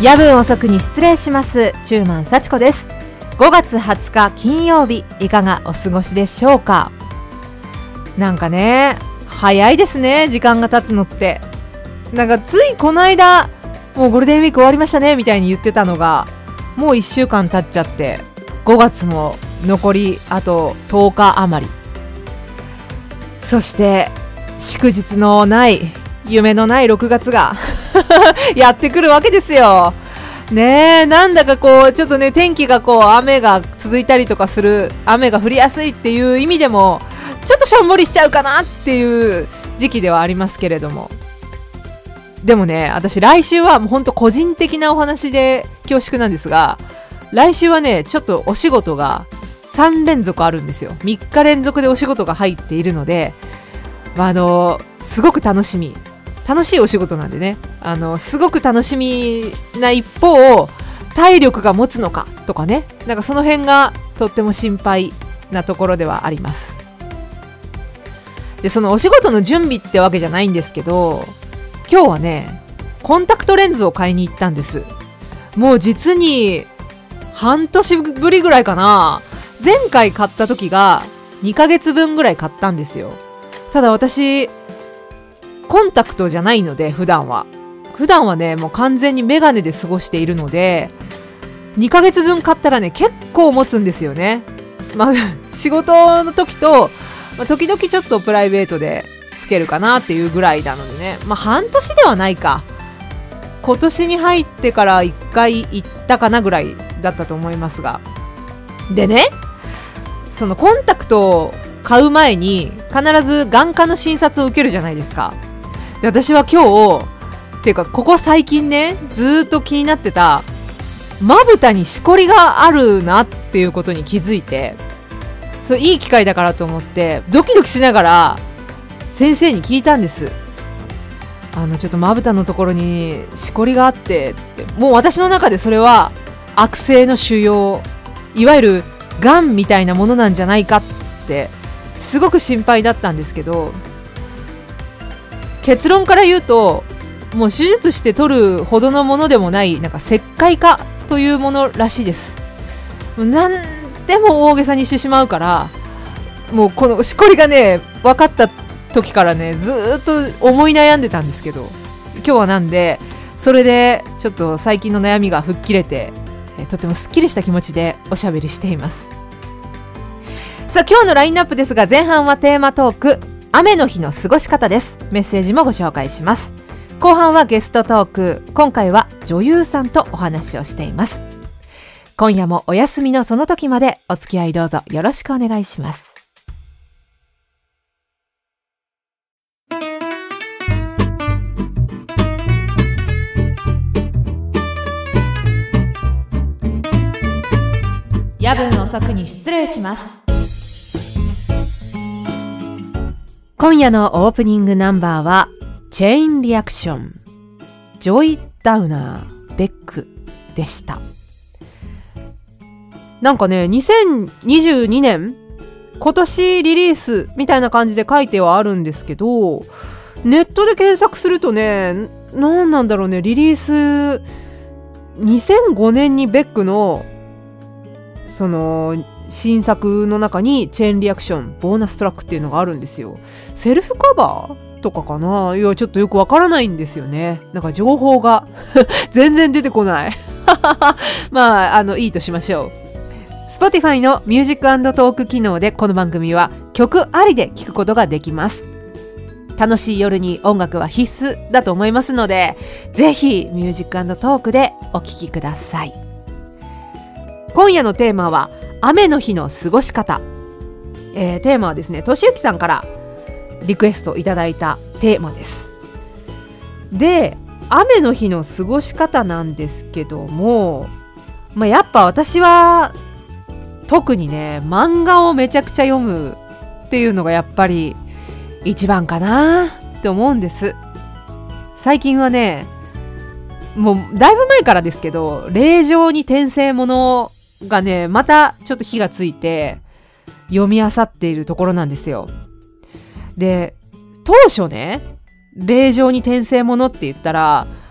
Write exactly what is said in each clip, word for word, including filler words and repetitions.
夜分遅くに失礼します。中馬幸子です。ごがつはつか金曜日、いかがお過ごしでしょうか。なんかね、早いですね、時間が経つのって。なんかついこの間、もうゴールデンウィーク終わりましたねみたいに言ってたのが、もういっしゅうかん経っちゃって、ごがつも残りあととおか余り。そして祝日のない夢のないろくがつがやってくるわけですよね。えなんだかこうちょっとね、天気がこう雨が続いたりとかする、雨が降りやすいっていう意味でもちょっとしょんぼりしちゃうかなっていう時期ではありますけれども、でもね、私来週はもうほんと個人的なお話で恐縮なんですが、来週はねちょっとお仕事がさんれんぞくあるんですよ。みっか連続でお仕事が入っているので、まあ、あのすごく楽しみ楽しいお仕事なんでね、あのすごく楽しみな一方、体力が持つのかとかね、なんかその辺がとっても心配なところではあります。で、そのお仕事の準備ってわけじゃないんですけど、今日はねコンタクトレンズを買いに行ったんです。もう実に半年ぶりぐらいかな。前回買った時がにかげつぶんぐらい買ったんですよ。ただ私コンタクトじゃないので、普段は普段はねもう完全にメガネで過ごしているので、にかげつぶん買ったらね結構持つんですよね。まあ仕事の時と、まあ、時々ちょっとプライベートでつけるかなっていうぐらいなのでね、まあ半年ではないか、今年に入ってからいっかい行ったかなぐらいだったと思いますが、でね、そのコンタクトを買う前に必ず眼科の診察を受けるじゃないですか。で、私は今日っていうかここ最近ねずーっと気になってたまぶたにしこりがあるなっていうことに気づいて、そういい機会だからと思ってドキドキしながら先生に聞いたんです。あのちょっとまぶたのところにしこりがあってって、もう私の中でそれは悪性の腫瘍、いわゆるがんみたいなものなんじゃないかってすごく心配だったんですけど、結論から言うともう手術して取るほどのものでもない、なんか石灰化というものらしいです。なんでも大げさにしてしまうから、もうこのしこりがね分かった時からねずーっと思い悩んでたんですけど、今日はなんでそれでちょっと最近の悩みが吹っ切れて、えとてもすっきりした気持ちでおしゃべりしています。さあ今日のラインナップですが、前半はテーマトーク、雨の日の過ごし方です。メッセージもご紹介します。後半はゲストトーク、今回は女優さんとお話をしています。今夜もお休みのその時までお付き合いどうぞよろしくお願いします。夜分遅くに失礼します。今夜のオープニングナンバーはチェインリアクション、ジョイ・ダウナー・ベックでした。なんかねにせんにじゅうにねん今年リリースみたいな感じで書いてはあるんですけど、ネットで検索するとね、なんなんだろうね、リリースにせんごねんにベックのその新作の中にチェーンリアクションボーナストラックっていうのがあるんですよ。セルフカバーとかかな、いやちょっとよくわからないんですよね。なんか情報が全然出てこないまああのいいとしましょう。 Spotify のミュージック&トーク機能でこの番組は曲ありで聴くことができます。楽しい夜に音楽は必須だと思いますので、ぜひミュージック&トークでお聴きください。今夜のテーマは雨の日の過ごし方、えー、テーマはですね、としゆきさんからリクエストいただいたテーマです。で、雨の日の過ごし方なんですけども、まあ、やっぱ私は特にね漫画をめちゃくちゃ読むっていうのがやっぱり一番かなって思うんです。最近はね、もうだいぶ前からですけど、霊場に転生ものがねまたちょっと火がついて読み漁っているところなんですよ。で、当初ね霊場に転生ものって言ったら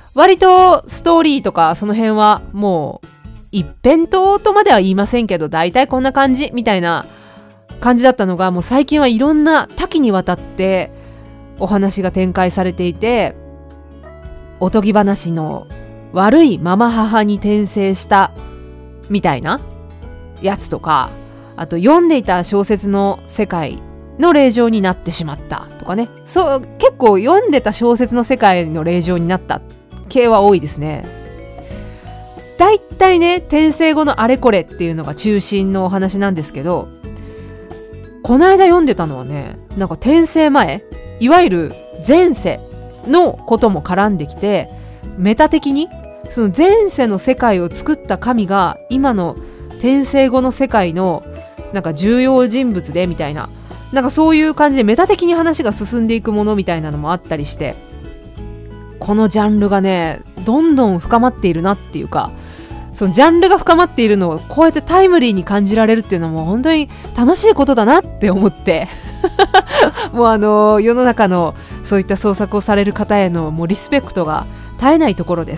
割とストーリーとかその辺はもう一辺倒とまでは言いませんけど、大体こんな感じみたいな感じだったのが、もう最近はいろんな多岐にわたってお話が展開されていて、おとぎ話の悪いママ母に転生したみたいなやつとか、あと読んでいた小説の世界の霊場になってしまったとかね、そう結構読んでた小説の世界の霊場になった系は多いですね。だいたいね、転生後のあれこれっていうのが中心のお話なんですけど、この間読んでたのはね、なんか転生前、いわゆる前世のことも絡んできて、メタ的にその前世の世界を作った神が今の転生後の世界のなんか重要人物でみたいな、なんかそういう感じでメタ的に話が進んでいくものみたいなのもあったりして、このジャンルがねどんどん深まっているなっていうか、そのジャンルが深まっているのをこうやってタイムリーに感じられるっていうのはもう本当に楽しいことだなって思ってもうあの世の中のそういった創作をされる方へのもうリスペクトが絶えないところです。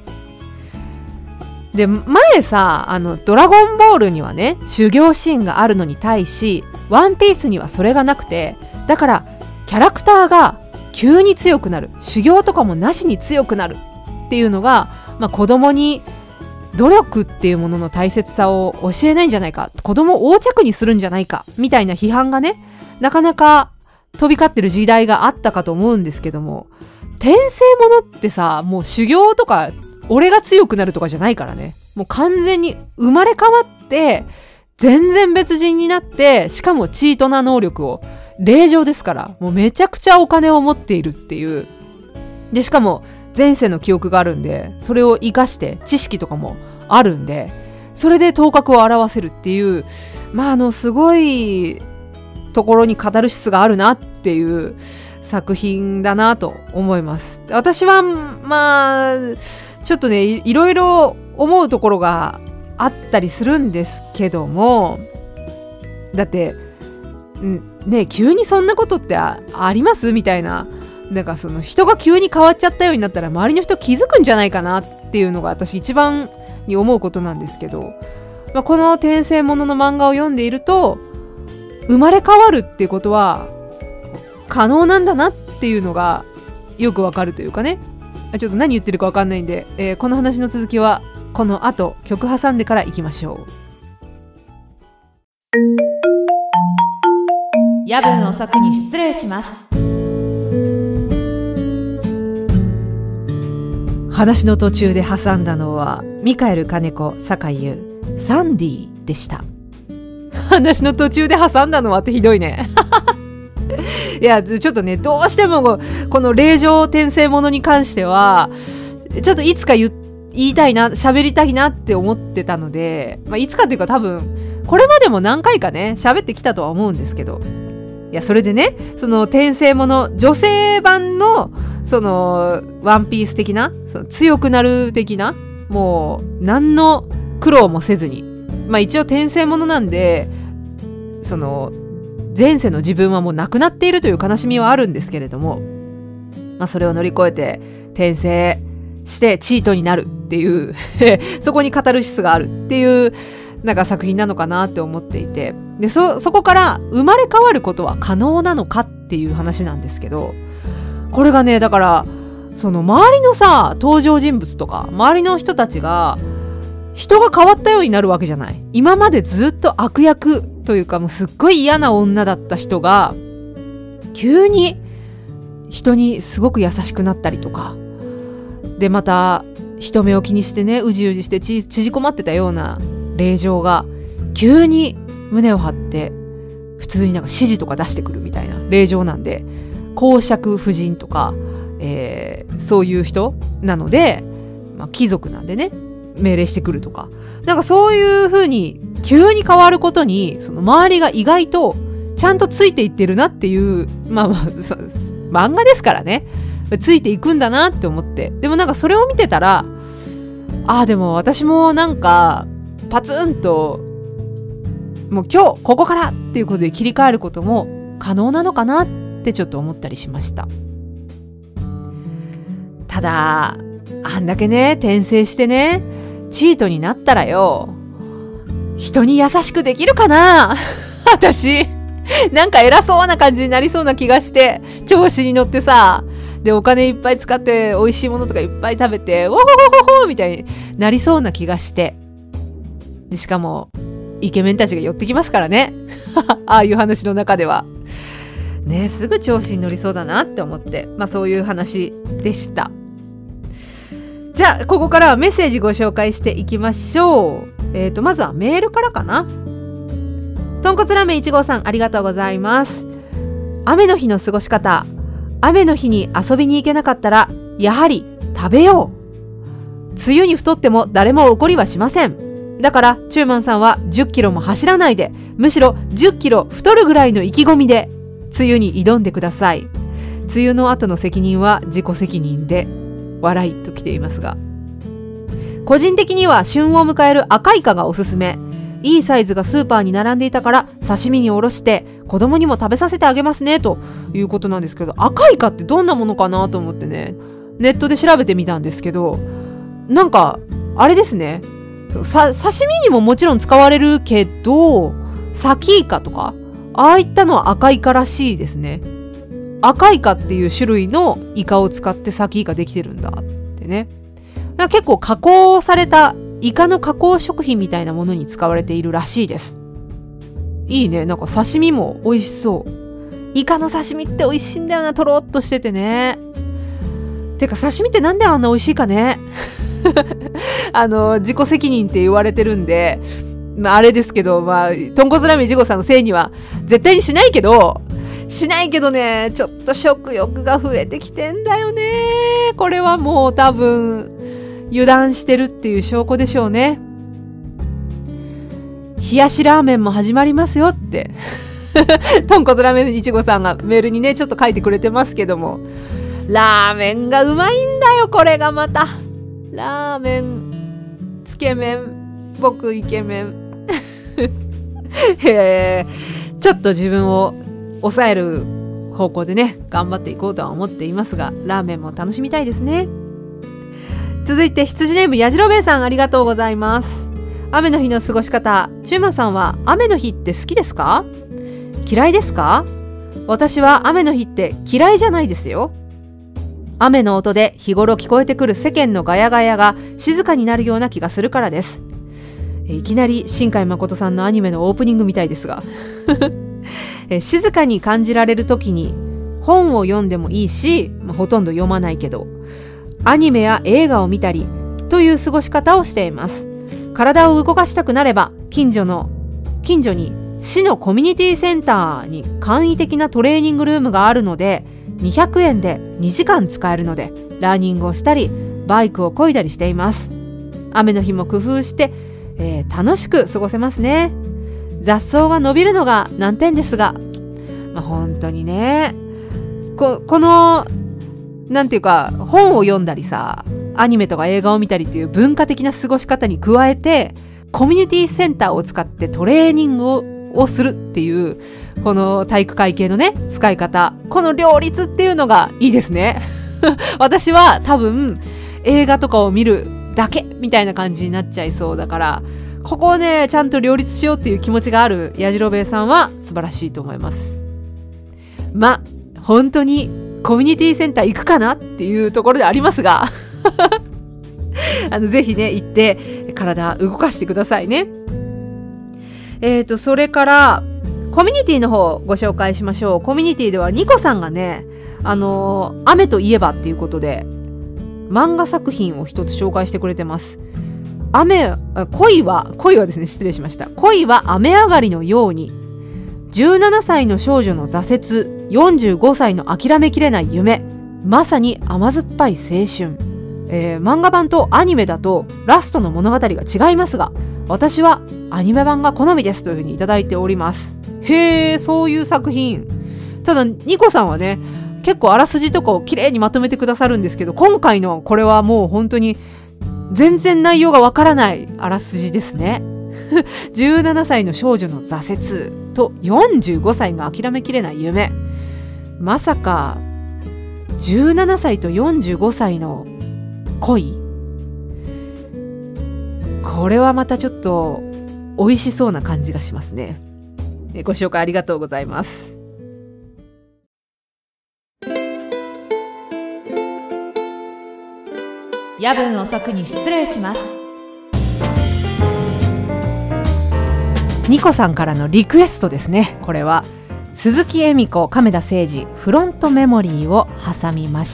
で、前さ、あのドラゴンボールにはね修行シーンがあるのに対し、ワンピースにはそれがなくて、だからキャラクターが急に強くなる、修行とかもなしに強くなるっていうのが、まあ、子供に努力っていうものの大切さを教えないんじゃないか、子供を横着にするんじゃないかみたいな批判がね、なかなか飛び交ってる時代があったかと思うんですけども、転生ものってさ、もう修行とか俺が強くなるとかじゃないからね、もう完全に生まれ変わって全然別人になって、しかもチートな能力を、霊場ですから、もうめちゃくちゃお金を持っているっていう。で、しかも前世の記憶があるんで、それを活かして知識とかもあるんで、それで頭角を現せるっていう、まああのすごいところにカタルシスがあるなっていう作品だなと思います。私はまあちょっとね い, いろいろ思うところがあったりするんですけども、だってね、急にそんなことって あ, ありますみたいな、なんかその人が急に変わっちゃったようになったら周りの人気づくんじゃないかなっていうのが私一番に思うことなんですけど、まあ、この転生ものの漫画を読んでいると、生まれ変わるっていうことは可能なんだなっていうのがよくわかるというかね。ちょっと何言ってるかわかんないんで、えー、この話の続きはこの後曲挟んでからいきましょう。夜分遅くに失礼します。話の途中で挟んだのはミカエル金子酒井優サンディでした。話の途中で挟んだのはってひどいねいやちょっとね、どうしてもこの霊場転生ものに関してはちょっといつか 言, 言いたいな、喋りたいなって思ってたので、まあ、いつかっていうか多分これまでも何回かね喋ってきたとは思うんですけど、いやそれでね、その転生もの女性版のそのワンピース的な、その強くなる的な、もう何の苦労もせずに、まあ一応転生ものなんで、その前世の自分はもうなくなっているという悲しみはあるんですけれども、まあそれを乗り越えて転生してチートになるっていうそこにカタルシスがあるっていうなんか作品なのかなって思っていて、で そ, そこから生まれ変わることは可能なのかっていう話なんですけど、これがね、だからその周りのさ登場人物とか周りの人たちが人が変わったようになるわけじゃない。今までずっと悪役というかもうすっごい嫌な女だった人が急に人にすごく優しくなったりとかで、また人目を気にしてねうじうじしてち縮こまってたような霊場が急に胸を張って普通になんか指示とか出してくるみたいな霊場なんで、公爵夫人とか、えー、そういう人なので、まあ、貴族なんでね命令してくるとか、なんかそういう風に急に変わることにその周りが意外とちゃんとついていってるなっていう、まあまあ漫画ですからね、ついていくんだなって思って、でもなんかそれを見てたら、ああでも私もなんかパツンともう今日ここからっていうことで切り替えることも可能なのかなってちょっと思ったりしました。ただあんだけね転生してねチートになったらよ、人に優しくできるかな私なんか偉そうな感じになりそうな気がして、調子に乗ってさ、でお金いっぱい使って美味しいものとかいっぱい食べてウォホホホホみたいになりそうな気がして、でしかもイケメンたちが寄ってきますからねああいう話の中ではね、すぐ調子に乗りそうだなって思って、まあそういう話でした。じゃあここからはメッセージご紹介していきましょう。えーとまずはメールからかな。とんこつラーメンいち号さん、ありがとうございます。雨の日の過ごし方。雨の日に遊びに行けなかったらやはり食べよう。梅雨に太っても誰も怒りはしません。だからチューマンさんはじゅっキロも走らないで、むしろじゅっキロ太るぐらいの意気込みで梅雨に挑んでください。梅雨の後の責任は自己責任で笑いと来ていますが、個人的には旬を迎える赤イカがおすすめ。いいサイズがスーパーに並んでいたから刺身におろして子供にも食べさせてあげますねということなんですけど、赤イカってどんなものかなと思ってね、ネットで調べてみたんですけど、なんかあれですね、さ刺身にももちろん使われるけど、サキイカとかああいったのは赤イカらしいですね。赤イカっていう種類のイカを使ってサキイカできてるんだってね。だから結構加工されたイカの加工食品みたいなものに使われているらしいです。いいね、なんか刺身も美味しそう。イカの刺身って美味しいんだよな、とろっとしててね。てか刺身ってなんであんな美味しいかねあの自己責任って言われてるんで、まあ、あれですけど、まあとんこつラーメンいち号さんのせいには絶対にしないけどしないけどね、ちょっと食欲が増えてきてんだよね。これはもう多分油断してるっていう証拠でしょうね。冷やしラーメンも始まりますよってとんこつラーメンいち号さんがメールにねちょっと書いてくれてますけども、ラーメンがうまいんだよ、これがまた。ラーメン、つけ麺、僕イケメンへー、ちょっと自分を抑える方向でね頑張っていこうとは思っていますが、ラーメンも楽しみたいですね。続いて羊ネームやじろべえさん、ありがとうございます。雨の日の過ごし方。チューマさんは雨の日って好きですか？嫌いですか？私は雨の日って嫌いじゃないですよ。雨の音で日頃聞こえてくる世間のガヤガヤが静かになるような気がするからです。いきなり新海誠さんのアニメのオープニングみたいですが静かに感じられる時に本を読んでもいいし、まあ、ほとんど読まないけどアニメや映画を見たりという過ごし方をしています。体を動かしたくなれば近所の近所に市のコミュニティセンターに簡易的なトレーニングルームがあるのでにひゃくえんでにじかん使えるのでランニングをしたりバイクを漕いだりしています。雨の日も工夫して、えー、楽しく過ごせますね。雑草が伸びるのが難点ですが、まあ、本当にね こ, このなんていうか本を読んだりさ、アニメとか映画を見たりっていう文化的な過ごし方に加えてコミュニティセンターを使ってトレーニングを, をするっていうこの体育会系のね使い方、この両立っていうのがいいですね私は多分映画とかを見るだけみたいな感じになっちゃいそうだから、ここをねちゃんと両立しようっていう気持ちがあるやじろべえさんは素晴らしいと思います。まあ本当にコミュニティセンター行くかなっていうところでありますがあのぜひね行って体動かしてくださいね。えーとそれからコミュニティの方ご紹介しましょう。コミュニティではニコさんがね、あのー、雨といえばっていうことで漫画作品を一つ紹介してくれてます。雨恋は恋はですね失礼しました恋は雨上がりのように、じゅうななさいの少女の挫折、よんじゅうごさいの諦めきれない夢、まさに甘酸っぱい青春。えー、漫画版とアニメだとラストの物語が違いますが、私はアニメ版が好みですというふうにいただいております。へー、そういう作品。ただニコさんはね結構あらすじとかをきれいにまとめてくださるんですけど、今回のこれはもう本当に全然内容がわからないあらすじですねじゅうななさいの少女の挫折とよんじゅうごさいの諦めきれない夢。まさかじゅうななさいとよんじゅうごさいの恋、これはまたちょっと美味しそうな感じがしますね。ご紹介ありがとうございます。夜分遅くに失礼します。ニコさんからのリクエストですね。これは鈴木恵美子、亀田誠治、フロントメモリーを挟みました。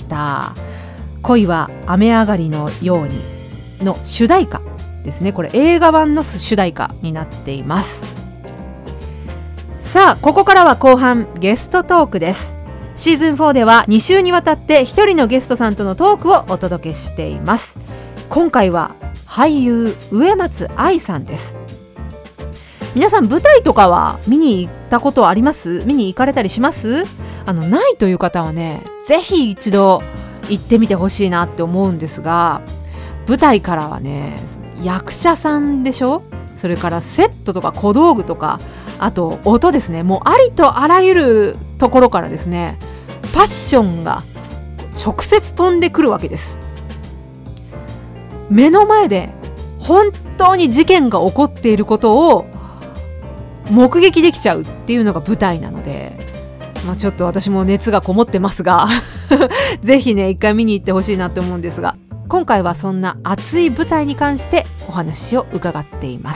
恋は雨上がりのようにの主題歌ですね。これ映画版の主題歌になっています。さあ、ここからは後半ゲストトークです。シーズンフォーではに週にわたってひとりのゲストさんとのトークをお届けしています。今回は俳優植松愛さんです。皆さん舞台とかは見に行ったことあります？見に行かれたりします？あのないという方はね、ぜひ一度行ってみてほしいなって思うんですが、舞台からはね、役者さんでしょ、それからセットとか小道具とか、あと音ですね、もうありとあらゆるところからですね、パッションが直接飛んでくるわけです。目の前で本当に事件が起こっていることを目撃できちゃうっていうのが舞台なので、まあ、ちょっと私も熱がこもってますがぜひね一回見に行ってほしいなと思うんですが、今回はそんな熱い舞台に関してお話を伺っています。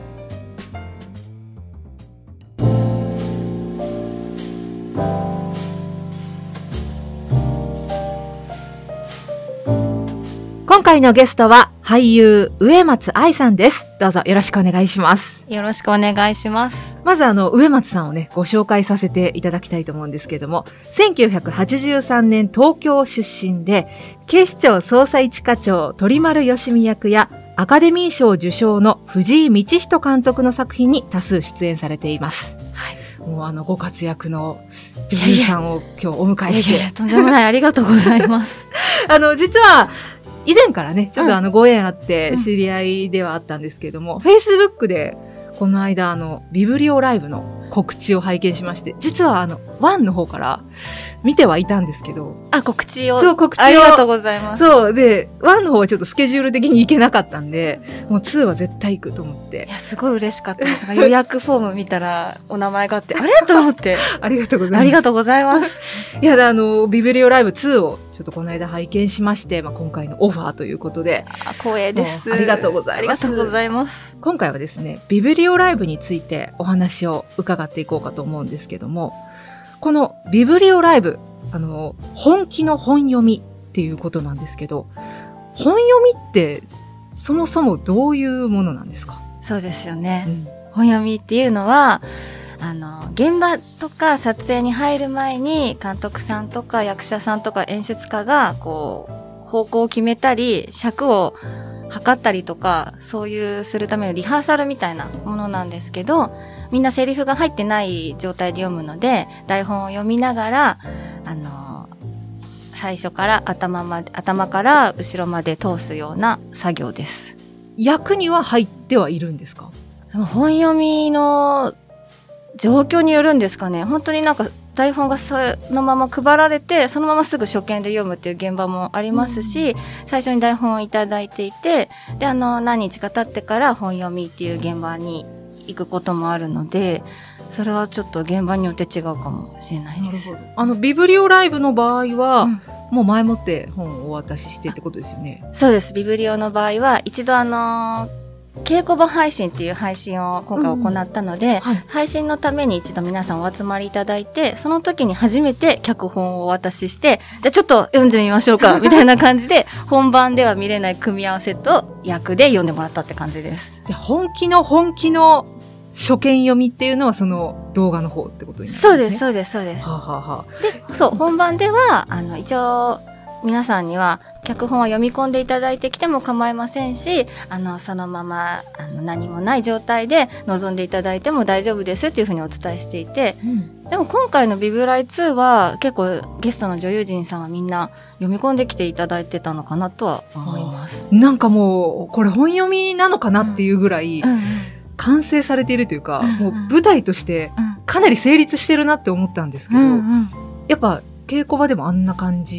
今回のゲストは俳優植松愛さんです。どうぞよろしくお願いします。 よろしくお願いします。 まずあの植松さんをねご紹介させていただきたいと思うんですけれども、せんきゅうひゃくはちじゅうさんねん東京出身で、警視庁捜査一課長鳥丸よしみ役やアカデミー賞受賞の藤井道人監督の作品に多数出演されています。はい、もうあのご活躍の女優さんを今日お迎えして、いやいやとんでもない、ありがとうございますあの実は以前からねちょっとあのご縁あって知り合いではあったんですけれども、うん、Facebook でこの間あのビブリオライブの告知を拝見しまして、実はあのワンの方から見てはいたんですけど、 あ、告知を、 そう告知をありがとうございます。 そうでワンの方はちょっとスケジュール的に行けなかったんで、もうツーは絶対行くと思って、 いやすごい嬉しかったですが予約フォーム見たらお名前があってあれと思ってありがとうございます。 ありがとうございますいやあのビブリオライブツーをちょっとこの間拝見しまして、まあ、今回のオファーということで、 あ、光栄です。 ありがとうございます。 ありがとうございます。 今回はですねビブリオライブについてお話を伺っていこうかと思うんですけども、このビブリオライブ、あの本気の本読みっていうことなんですけど、本読みってそもそもどういうものなんですか？ そうですよね、うん、本読みっていうのはあの現場とか撮影に入る前に監督さんとか役者さんとか演出家がこう方向を決めたり尺を測ったりとか、そういうするためのリハーサルみたいなものなんですけど、みんなセリフが入ってない状態で読むので、台本を読みながらあの最初から頭まで頭から後ろまで通すような作業です。 役には入ってはいるんですか？ その本読みの状況によるんですかね。本当になんか台本がそのまま配られて、そのまますぐ初見で読むっていう現場もありますし、うん、最初に台本をいただいていて、で、あの、何日か経ってから本読みっていう現場に行くこともあるので、それはちょっと現場によって違うかもしれないです。 あの、ビブリオライブの場合は、うん、もう前もって本をお渡ししてってことですよね。 そうです。ビブリオの場合は、一度あのー、稽古場配信っていう配信を今回行ったので、うんはい、配信のために一度皆さんお集まりいただいて、その時に初めて脚本をお渡しして、じゃあちょっと読んでみましょうかみたいな感じで、本番では見れない組み合わせと役で読んでもらったって感じです。 じゃあ本気の本気の初見読みっていうのはその動画の方ってことになるんですね。 そうですそうですそうです。はあはあはあ、で、そう本番ではあの一応皆さんには脚本は読み込んでいただいてきても構いませんし、あの、そのまま、あの、何もない状態で臨んでいただいても大丈夫ですっていうふうにお伝えしていて、うん、でも今回のビブライツーは結構ゲストの女優陣さんはみんな読み込んできていただいてたのかなとは思います。 なんかもう、これ本読みなのかなっていうぐらい、うんうんうん、完成されているというか、うんうん、もう舞台としてかなり成立してるなって思ったんですけど、うんうん、やっぱ稽古場でもあんな感じ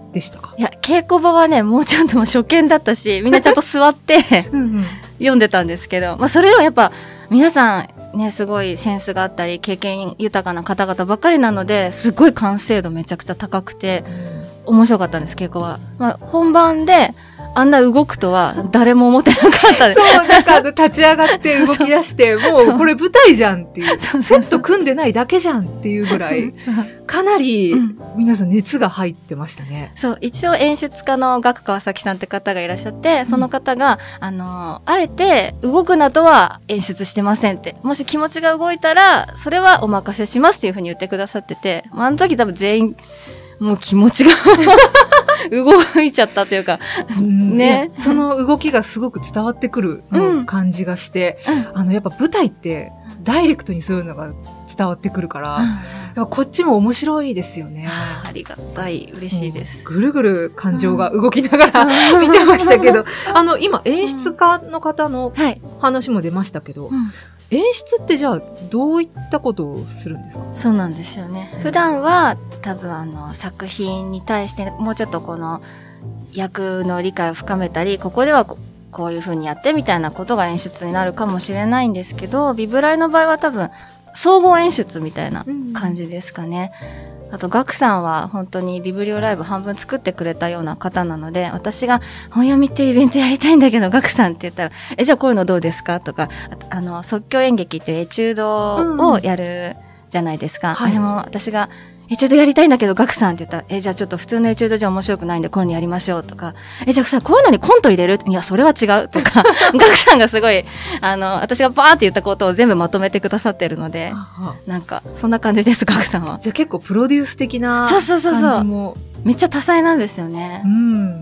でしたか？ いや、稽古場はね、もうちょっともう初見だったし、みんなちゃんと座ってうん、うん、 読んでたんですけど、まあそれでもやっぱ皆さんね、すごいセンスがあったり、経験豊かな方々ばっかりなので、すごい完成度めちゃくちゃ高くて、面白かったんです、稽古は。まあ本番で、あんな動くとは誰も思ってなかったです。 そう、なんか立ち上がって動き出して、もうこれ舞台じゃんっていう、セット組んでないだけじゃんっていうぐらい、かなり皆さん熱が入ってましたね。 そう、一応演出家の学川崎さんって方がいらっしゃって、その方が、うん、あの、あえて動くなどは演出してませんって。もし気持ちが動いたら、それはお任せしますっていうふうに言ってくださってて、まあ、あの時多分全員、もう気持ちが動いちゃったというか、ね。 その動きがすごく伝わってくる感じがして、うん、あの、やっぱ舞台ってダイレクトにそういうのが伝わってくるから、うん、やっぱこっちも面白いですよね。 あ, ありがたい、嬉しいです。 ぐるぐる感情が動きながら、うん、見てましたけど、あの、今演出家の方の話も出ましたけど、うん、演出ってじゃあどういったことをするんですか？ そうなんですよね。普段は多分あの作品に対してもうちょっとこの役の理解を深めたり、ここではここういう風にやってみたいなことが演出になるかもしれないんですけど、ビブライの場合は多分総合演出みたいな感じですかね。うん、あとガクさんは本当にビブリオライブ半分作ってくれたような方なので、私が本読みっていうイベントやりたいんだけどガクさんって言ったら、え、じゃあこういうのどうですかとか、あ, あの即興演劇っていうエチュードをやるじゃないですか。うん、はい、あれも私がエチュードやりたいんだけど、ガクさんって言ったら、え、じゃあちょっと普通のエチュードじゃ面白くないんで、こういうのやりましょうとか、え、じゃあさ、こういうのにコント入れる？いや、それは違うとか、ガクさんがすごい、あの、私がバーって言ったことを全部まとめてくださってるので、なんか、そんな感じです、ガクさんは。 じゃあ結構プロデュース的な感じも。そうそうそうそう。 めっちゃ多彩なんですよね。 うん、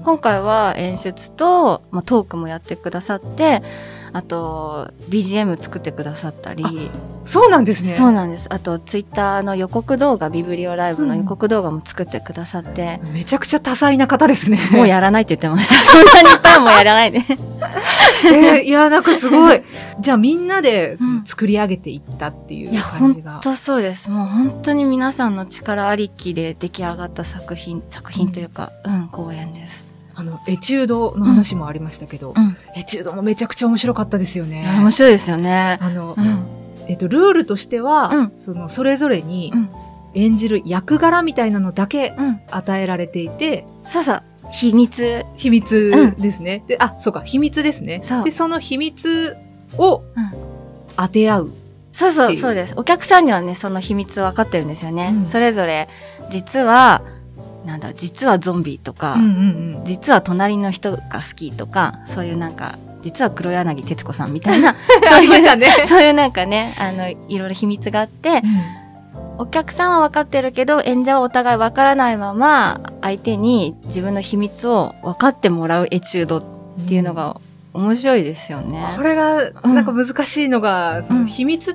今回は演出と、まあ、トークもやってくださって、あと ビージーエム 作ってくださったり。 そうなんですね。 そうなんです。あとツイッターの予告動画、ビブリオライブの予告動画も作ってくださって、 うん、めちゃくちゃ多彩な方ですね。 もうやらないって言ってました。そんなにいっぱいもやらないで。 えー、いやなんかすごい。じゃあみんなで作り上げていったっていう感じが。 うん、いや本当そうです。もう本当に皆さんの力ありきで出来上がった作品作品というか、うん、うん、公演です。 あの、エチュードの話もありましたけど、うん、エチュードもめちゃくちゃ面白かったですよね。 面白いですよね。 あの、うん、えっと、ルールとしては、うん、その、それぞれに演じる役柄みたいなのだけ与えられていて、 うん、そうそう、秘密。 秘密ですね。うん、で、あ、そうか、秘密ですね。そう。で、その秘密を当て合う。 そうそう、そうです。お客さんにはね、その秘密分かってるんですよね。それぞれ、実は、なんだろう、実はゾンビとか、うんうんうん、実は隣の人が好きとか、そういうなんか、実は黒柳徹子さんみたいな、そういう、ね、そういうなんかね、あの、いろいろ秘密があって、うん、お客さんは分かってるけど、演者はお互い分からないまま、相手に自分の秘密を分かってもらうエチュードっていうのが面白いですよね。 うん、これが、なんか難しいのが、うん、その秘密って、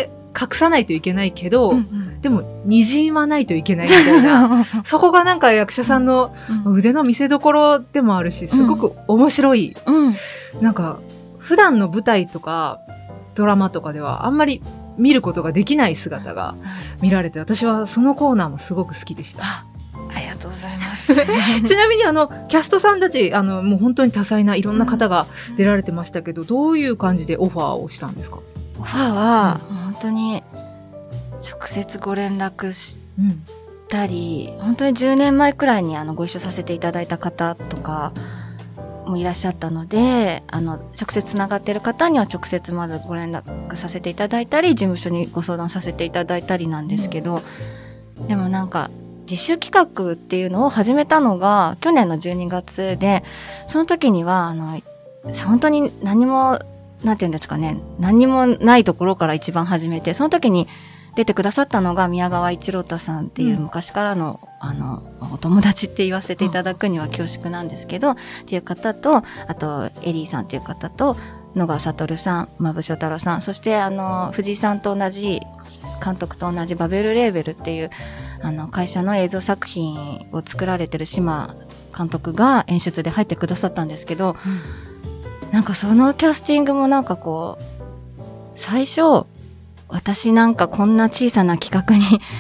隠さないといけないけど、うんうん、でも滲まないといけないみたいなそこがなんか役者さんの腕の見せ所でもあるし、すごく面白い、うん、なんか普段の舞台とかドラマとかではあんまり見ることができない姿が見られて、私はそのコーナーもすごく好きでした。 ありがとうございますちなみにあのキャストさんたち、あのもう本当に多彩ないろんな方が出られてましたけど、うん、どういう感じでオファーをしたんですか？ オファーは、うん、本当に直接ご連絡したり、うん、本当にじゅうねんまえくらいにあのご一緒させていただいた方とかもいらっしゃったので、あの直接つながっている方には直接まずご連絡させていただいたり、事務所にご相談させていただいたりなんですけど、うん、でもなんか自主企画っていうのを始めたのが去年のじゅうにがつで、その時にはあの本当に何もなんていうんですかね、何にもないところから一番始めて、その時に出てくださったのが宮川一郎太さんっていう昔からの、うん、あの、お友達って言わせていただくには恐縮なんですけど、っていう方と、あと、エリーさんっていう方と、野川悟さん、馬部翔太郎さん、そしてあの、藤井さんと同じ、監督と同じバベルレーベルっていう、あの、会社の映像作品を作られてる島監督が演出で入ってくださったんですけど、うんなんかそのキャスティングもなんかこう、最初、私なんかこんな小さな企画に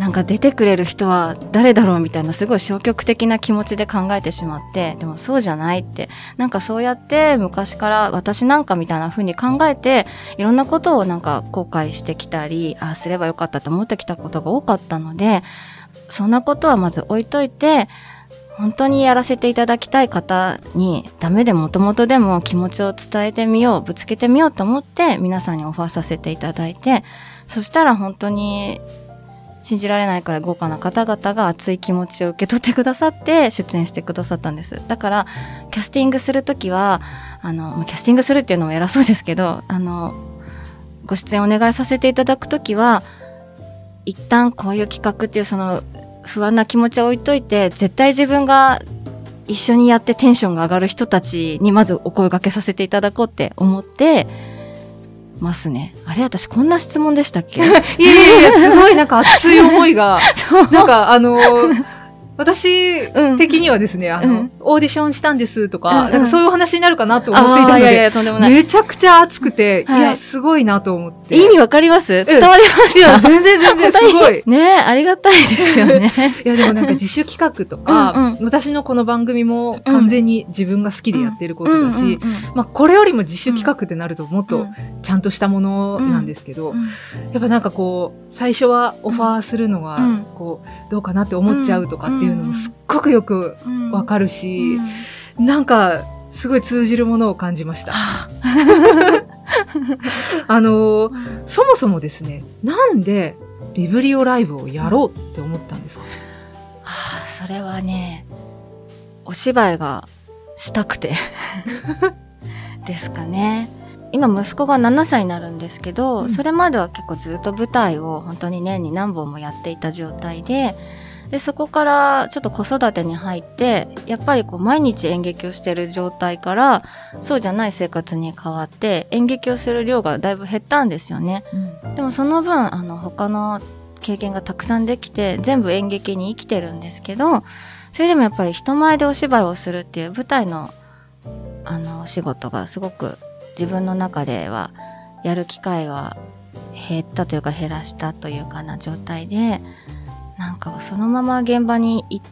なんか出てくれる人は誰だろうみたいなすごい消極的な気持ちで考えてしまって、でもそうじゃないって、なんかそうやって昔から私なんかみたいな風に考えて、いろんなことをなんか後悔してきたり、ああすればよかったと思ってきたことが多かったので、そんなことはまず置いといて、本当にやらせていただきたい方にダメでもともとでも気持ちを伝えてみよう、ぶつけてみようと思って皆さんにオファーさせていただいて、そしたら本当に信じられないくらい豪華な方々が熱い気持ちを受け取ってくださって出演してくださったんです。だからキャスティングするときはあのキャスティングするっていうのも偉そうですけど、あのご出演お願いさせていただくときは一旦こういう企画っていうその不安な気持ちを置いといて、絶対自分が一緒にやってテンションが上がる人たちにまずお声掛けさせていただこうって思ってますね。あれ、私こんな質問でしたっけ？いやいやいや、すごいなんか熱い思いが、なんかあのー、私的にはですね、うん、あの、うん、オーディションしたんですとか、うんうん、なんかそういうお話になるかなと思っていたので、いやいやとんでもない、めちゃくちゃ熱くて、はい、いや、すごいなと思って。 意味わかります？伝わりました？ 全然全然すごい。 ねえ、ありがたいですよね。 いや、でもなんか自主企画とか、うんうん、私のこの番組も完全に自分が好きでやってることだし、まあこれよりも自主企画ってなるともっとちゃんとしたものなんですけど、うんうん、やっぱなんかこう、最初はオファーするのが、こう、どうかなって思っちゃうとかっていうのもすっごくよくわかるし、うん、なんかすごい通じるものを感じました。あのー、そもそもですね、なんでビブリオライブをやろうって思ったんですか？ はあ、それはね、お芝居がしたくてですかね。今息子がななさいになるんですけど、うん、それまでは結構ずっと舞台を本当に年に何本もやっていた状態で、で、そこからちょっと子育てに入って、やっぱりこう毎日演劇をしてる状態から、そうじゃない生活に変わって、演劇をする量がだいぶ減ったんですよね。うん、でもその分、あの、他の経験がたくさんできて、全部演劇に生きてるんですけど、それでもやっぱり人前でお芝居をするっていう舞台の、あの、お仕事がすごく自分の中では、やる機会は減ったというか減らしたというかな状態で、なんかそのまま現場に行って、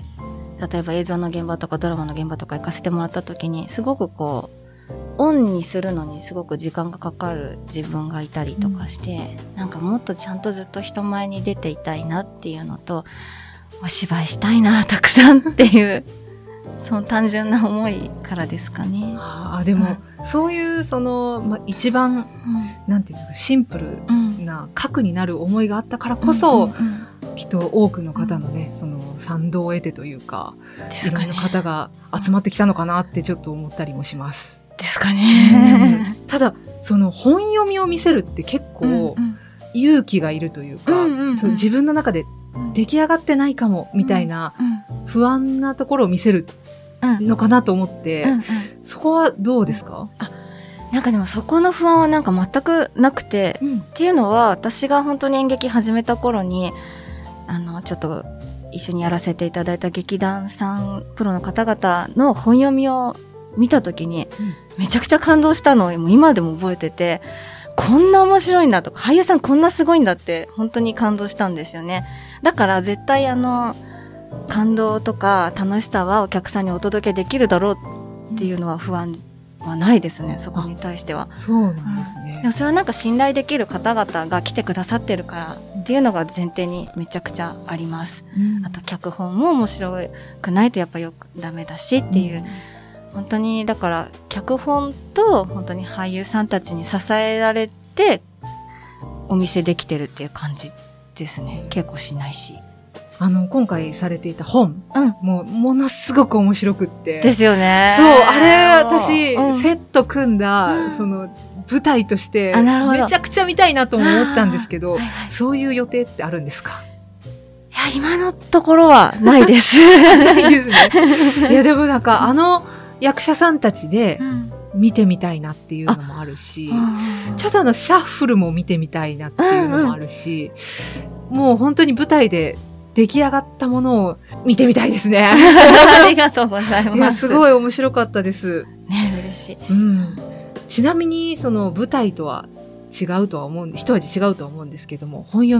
例えば映像の現場とかドラマの現場とか行かせてもらった時に、すごくこう、オンにするのにすごく時間がかかる自分がいたりとかして、うん、なんかもっとちゃんとずっと人前に出ていたいなっていうのと、お芝居したいな、たくさんっていう、その単純な思いからですかね。 ああ、でも、うん、そういうその、まあ、一番、うん、なんていうかシンプルな核になる思いがあったからこそ、うんうんうんきっと多くの方のね、その賛同を得てというか、いろんな方が集まってきたのかなってちょっと思ったりもします。 ですかね。 うん、ただ、その本読みを見せるって結構勇気がいるというか、うんうん、その自分の中で出来上がってないかもみたいな不安なところを見せるのかなと思って、うんうん、そこはどうですか？ あなんかでもそこの不安はなんか全くなくて、うん、っていうのは私が本当に演劇始めた頃にあのちょっと一緒にやらせていただいた劇団さんプロの方々の本読みを見た時に、うん、めちゃくちゃ感動したのをもう今でも覚えてて、こんな面白いんだとか俳優さんこんなすごいんだって本当に感動したんですよね。だから絶対あの感動とか楽しさはお客さんにお届けできるだろうっていうのは不安はないですね、そこに対しては。 そうなんですね、 うん、でもそれはなんか信頼できる方々が来てくださってるからっていうのが前提にめちゃくちゃあります、うん、あと脚本も面白くないとやっぱよくダメだしっていう、うん、本当にだから脚本と本当に俳優さんたちに支えられてお見せできてるっていう感じですね。稽古しないし、 あの今回されていた本、うん、もうものすごく面白くってですよね。 そう、あれ私、うん、セット組んだ、うん、その舞台としてめちゃくちゃ見たいなと思ったんですけど、はいはい、そういう予定ってあるんですか？ いや今のところはないですないですね。いやでもなんかあの役者さんたちで見てみたいなっていうのもあるし、うん、ちょっとあのシャッフルも見てみたいなっていうのもあるし、うんうん、もう本当に舞台で出来上がったものを見てみたいですね。 ありがとうございます。いや、すごい面白かったです。 ね、嬉しい。 うん。ちなみに、その舞台とは違うとは思うんで、一味違うとは思うんですけども、本読み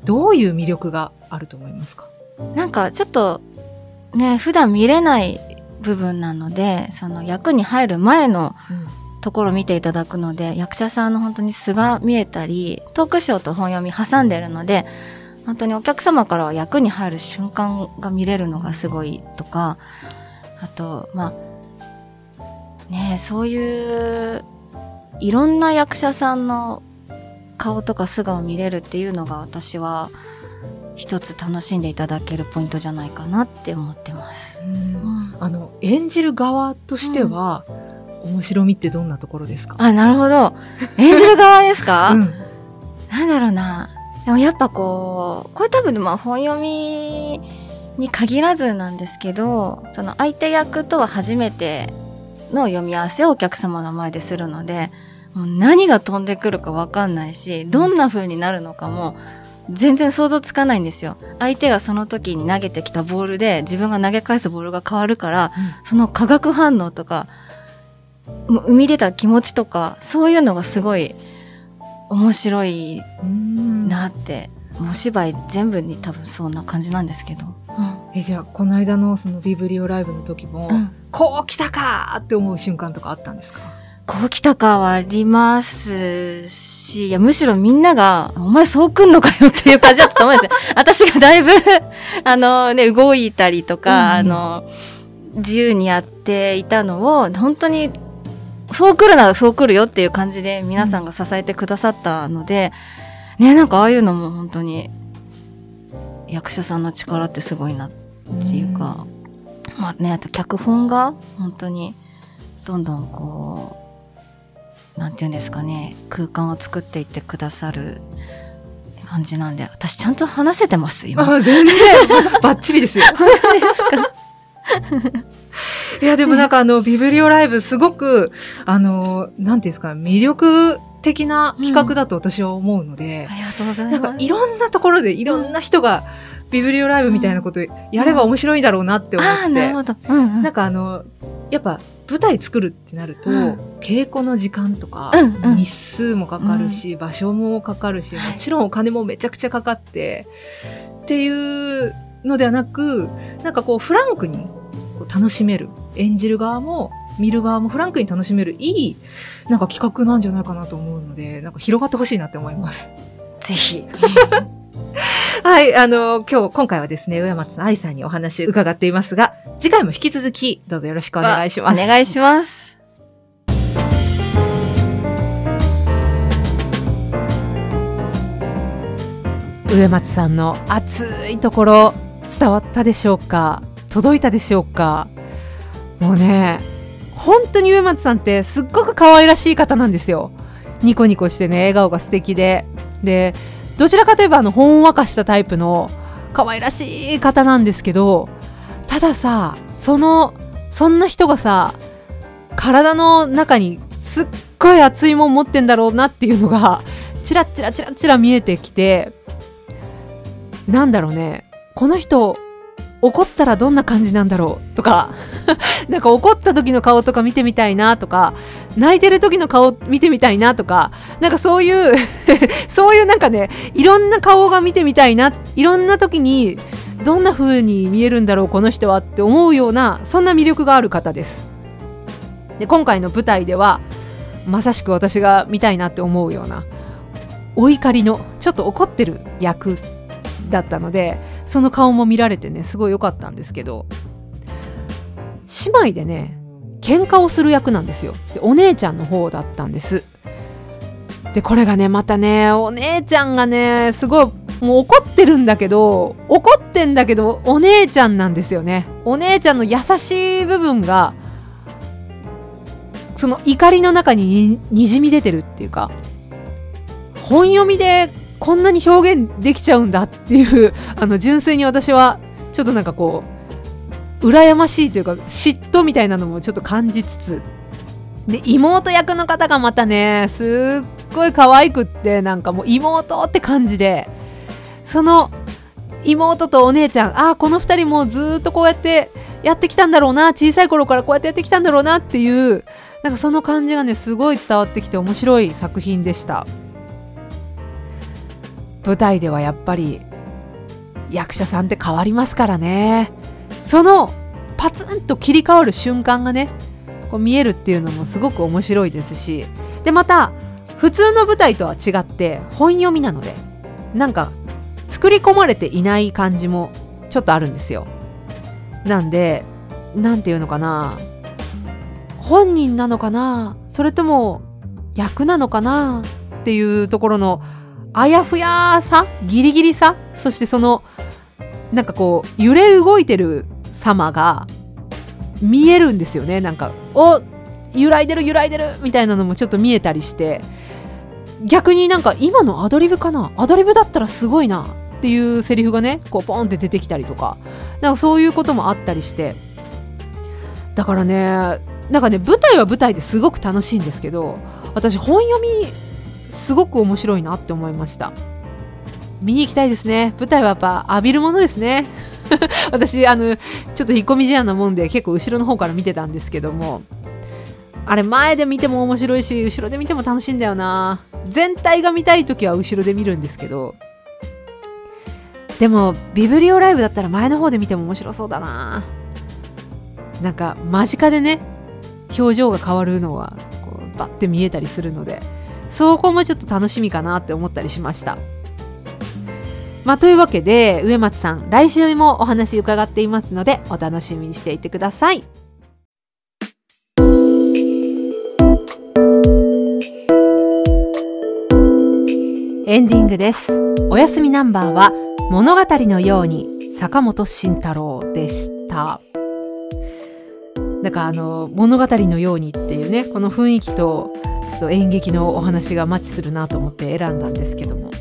どういう魅力があると思いますか？ なんかちょっとね、普段見れない部分なので、その役に入る前のところを見ていただくので、うん、役者さんの本当に素が見えたり、トークショーと本読み挟んでるので、本当にお客様からは役に入る瞬間が見れるのがすごいとか、あと、まあ、ね、そういういろんな役者さんの顔とか素顔を見れるっていうのが私は一つ楽しんでいただけるポイントじゃないかなって思ってます。うん、 あの演じる側としては、うん、面白みってどんなところですか？ あ、なるほど。演じる側ですか？うん、なんだろうな。でもやっぱこう、これ多分まあ本読みに限らずなんですけど、その相手役とは初めての読み合わせをお客様の前でするので、もう何が飛んでくるかわかんないし、どんな風になるのかも全然想像つかないんですよ。相手がその時に投げてきたボールで自分が投げ返すボールが変わるから、うん、その化学反応とか、生み出た気持ちとか、そういうのがすごい面白いなって、お芝居全部に多分そんな感じなんですけど。 うん、え、じゃあこの間のそのビブリオライブの時も、うん、こう来たかーって思う瞬間とかあったんですか？ こう来たかはありますし、いや、むしろみんなが、お前そう来んのかよっていう感じだったと思うんですよ。私がだいぶ、あのね、動いたりとか、うん、あの、自由にやっていたのを、本当に、そう来るならそう来るよっていう感じで皆さんが支えてくださったので、うん、ね、なんかああいうのも本当に、役者さんの力ってすごいなっていうか、うん、まあね、あと脚本が本当に、どんどんこう、なんていうんですかね、空間を作っていってくださる感じなんで、私ちゃんと話せてます今。 あ、全然バッチリですよ。 本当ですか？ いや、でもなんかあのビブリオライブすごくあのなんていうんですか、魅力的な企画だと私は思うので、 うん、ありがとうございます。 なんかいろんなところでいろんな人がビブリオライブみたいなことやれば面白いだろうなって思って、 うん、あ、なるほど。うんうん、 なんかあのやっぱ舞台作るってなると、うん、稽古の時間とか、 うんうん、 日数もかかるし、うん、場所もかかるし、もちろんお金もめちゃくちゃかかって、はい、っていうのではなく、なんかこうフランクにこう楽しめる、演じる側も見る側もフランクに楽しめるいいなんか企画なんじゃないかなと思うので、なんか広がってほしいなって思います。 ぜひ。 はい、あの、今日、今回はですね、上松愛さんにお話を伺っていますが、次回も引き続き、どうぞよろしくお願いします。 お願いします。 上松さんの熱いところ、伝わったでしょうか？届いたでしょうか？もうね、本当に上松さんってすっごく可愛らしい方なんですよ。ニコニコしてね、笑顔が素敵で。で、どちらかといえばあのほんわかしたタイプの可愛らしい方なんですけど、たださ、そのそんな人がさ、体の中にすっごい熱いもん持ってんだろうなっていうのがチラッチラチラチラ見えてきて、なんだろうね、この人怒ったらどんな感じなんだろうとかなんか怒った時の顔とか見てみたいなとか、泣いてる時の顔見てみたいなとか、なんかそういうそういうなんかね、いろんな顔が見てみたいな、いろんな時にどんな風に見えるんだろうこの人はって思うような、そんな魅力がある方です。で、今回の舞台ではまさしく私が見たいなって思うようなお怒りのちょっと怒ってる役だったので、その顔も見られてね、すごい良かったんですけど、姉妹でね、喧嘩をする役なんですよ。で、お姉ちゃんの方だったんです。で、これがね、またね、お姉ちゃんがね、すごいもう怒ってるんだけど、怒ってんだけどお姉ちゃんなんですよね。お姉ちゃんの優しい部分がその怒りの中に に, にじみ出てるっていうか、本読みでこんなに表現できちゃうんだっていう、あの純粋に私はちょっとなんかこう羨ましいというか嫉妬みたいなのもちょっと感じつつ、で妹役の方がまたね、すっごい可愛くって、なんかもう妹って感じで、その妹とお姉ちゃん、ああこの二人もずっとこうやってやってきたんだろうな、小さい頃からこうやってやってきたんだろうなっていう、なんかその感じがね、すごい伝わってきて面白い作品でした。 舞台ではやっぱり役者さんって変わりますからね。そのパツンと切り替わる瞬間がねこう見えるっていうのもすごく面白いですし、でまた普通の舞台とは違って本読みなのでなんか作り込まれていない感じもちょっとあるんですよ。なんでなんていうのかな、本人なのかな、それとも役なのかなっていうところのあやふやさ、ギリギリさ、そしてそのなんかこう揺れ動いてる様が見えるんですよね。なんかお揺らいでる揺らいでるみたいなのもちょっと見えたりして、逆になんか今のアドリブかな、アドリブだったらすごいなっていうセリフがねこうポンって出てきたりとか、なんかそういうこともあったりして、だからねなんかね舞台は舞台ですごく楽しいんですけど、私本読みすごく面白いなって思いました。見に行きたいですね。舞台はやっぱ浴びるものですね私あのちょっと引っ込み思案なもんで結構後ろの方から見てたんですけども、あれ前で見ても面白いし後ろで見ても楽しいんだよな。全体が見たいときは後ろで見るんですけど、でもビブリオライブだったら前の方で見ても面白そうだな。なんか間近でね表情が変わるのはこうバッて見えたりするので、そこもちょっと楽しみかなって思ったりしました。まあというわけで植松さん来週もお話伺っていますのでお楽しみにしていてください。エンディングです。お休みナンバーは物語のように坂本慎太郎でした。なんかあの物語のようにっていうねこの雰囲気とちょっと演劇のお話がマッチするなと思って選んだんですけども、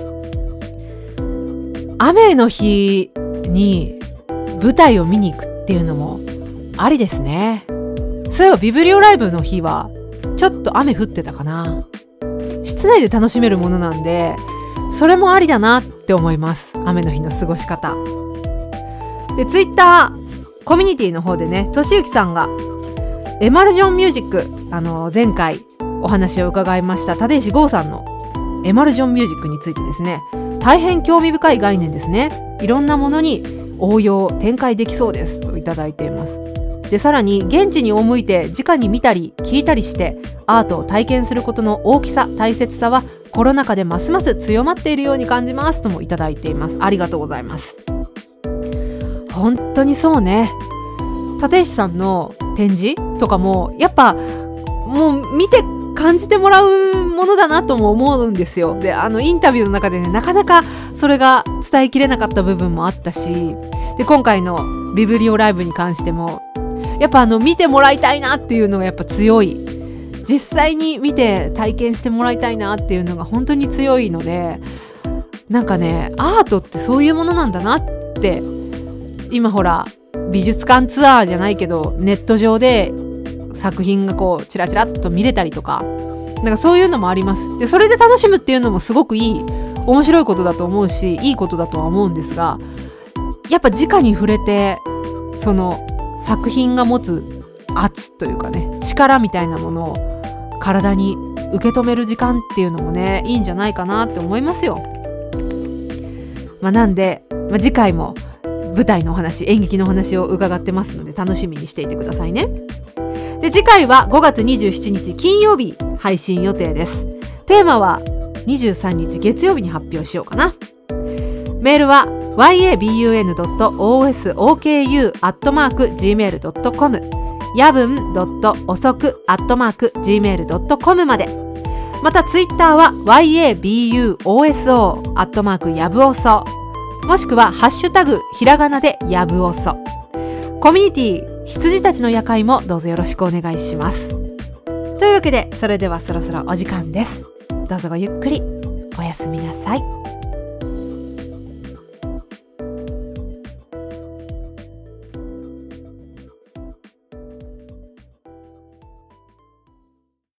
雨の日に舞台を見に行くっていうのもありですね。そういえばビブリオライブの日はちょっと雨降ってたかな。室内で楽しめるものなんでそれもありだなって思います。雨の日の過ごし方で、ツイッターコミュニティの方でね、としゆきさんがエマルジョンミュージック、あの前回お話を伺いました立石剛さんのエマルジョンミュージックについてですね、大変興味深い概念ですね。いろんなものに応用展開できそうですといただいています。でさらに現地に赴いて直に見たり聞いたりしてアートを体験することの大きさ大切さはコロナ禍でますます強まっているように感じますともいただいています。ありがとうございます。本当にそうね。立石さんの展示とかもやっぱもう見て感じてもらうものだなとも思うんですよ。であのインタビューの中でねなかなかそれが伝えきれなかった部分もあったし、で今回のビブリオライブに関してもやっぱあの見てもらいたいなっていうのがやっぱ強い、実際に見て体験してもらいたいなっていうのが本当に強いので、なんかねアートってそういうものなんだなって今ほら美術館ツアーじゃないけどネット上で作品がこうチラチラっと見れたりとか、なんかそういうのもあります。でそれで楽しむっていうのもすごくいい面白いことだと思うしいいことだとは思うんですが、やっぱ直に触れてその作品が持つ圧というかね力みたいなものを体に受け止める時間っていうのもねいいんじゃないかなって思いますよ。まあ、なんで、まあ、次回も舞台のお話演劇のお話を伺ってますので楽しみにしていてくださいね。で次回はごがつにじゅうしちにち金曜日配信予定です。テーマはにじゅうさんにち月曜日に発表しようかな。メールは ワイエービーユーエヌドットオーエスオーケーユー アットマーク ジーメールドットコム やぶん おそく アットマーク ジーメールドットコム まで。またツイッターは ワイエービーユーオーエスオー アットマークやぶおそ、もしくはハッシュタグひらがなでやぶおそ。コミュニティ羊たちの夜会もどうぞよろしくお願いします。というわけでそれではそろそろお時間です。どうぞごゆっくりおやすみなさい。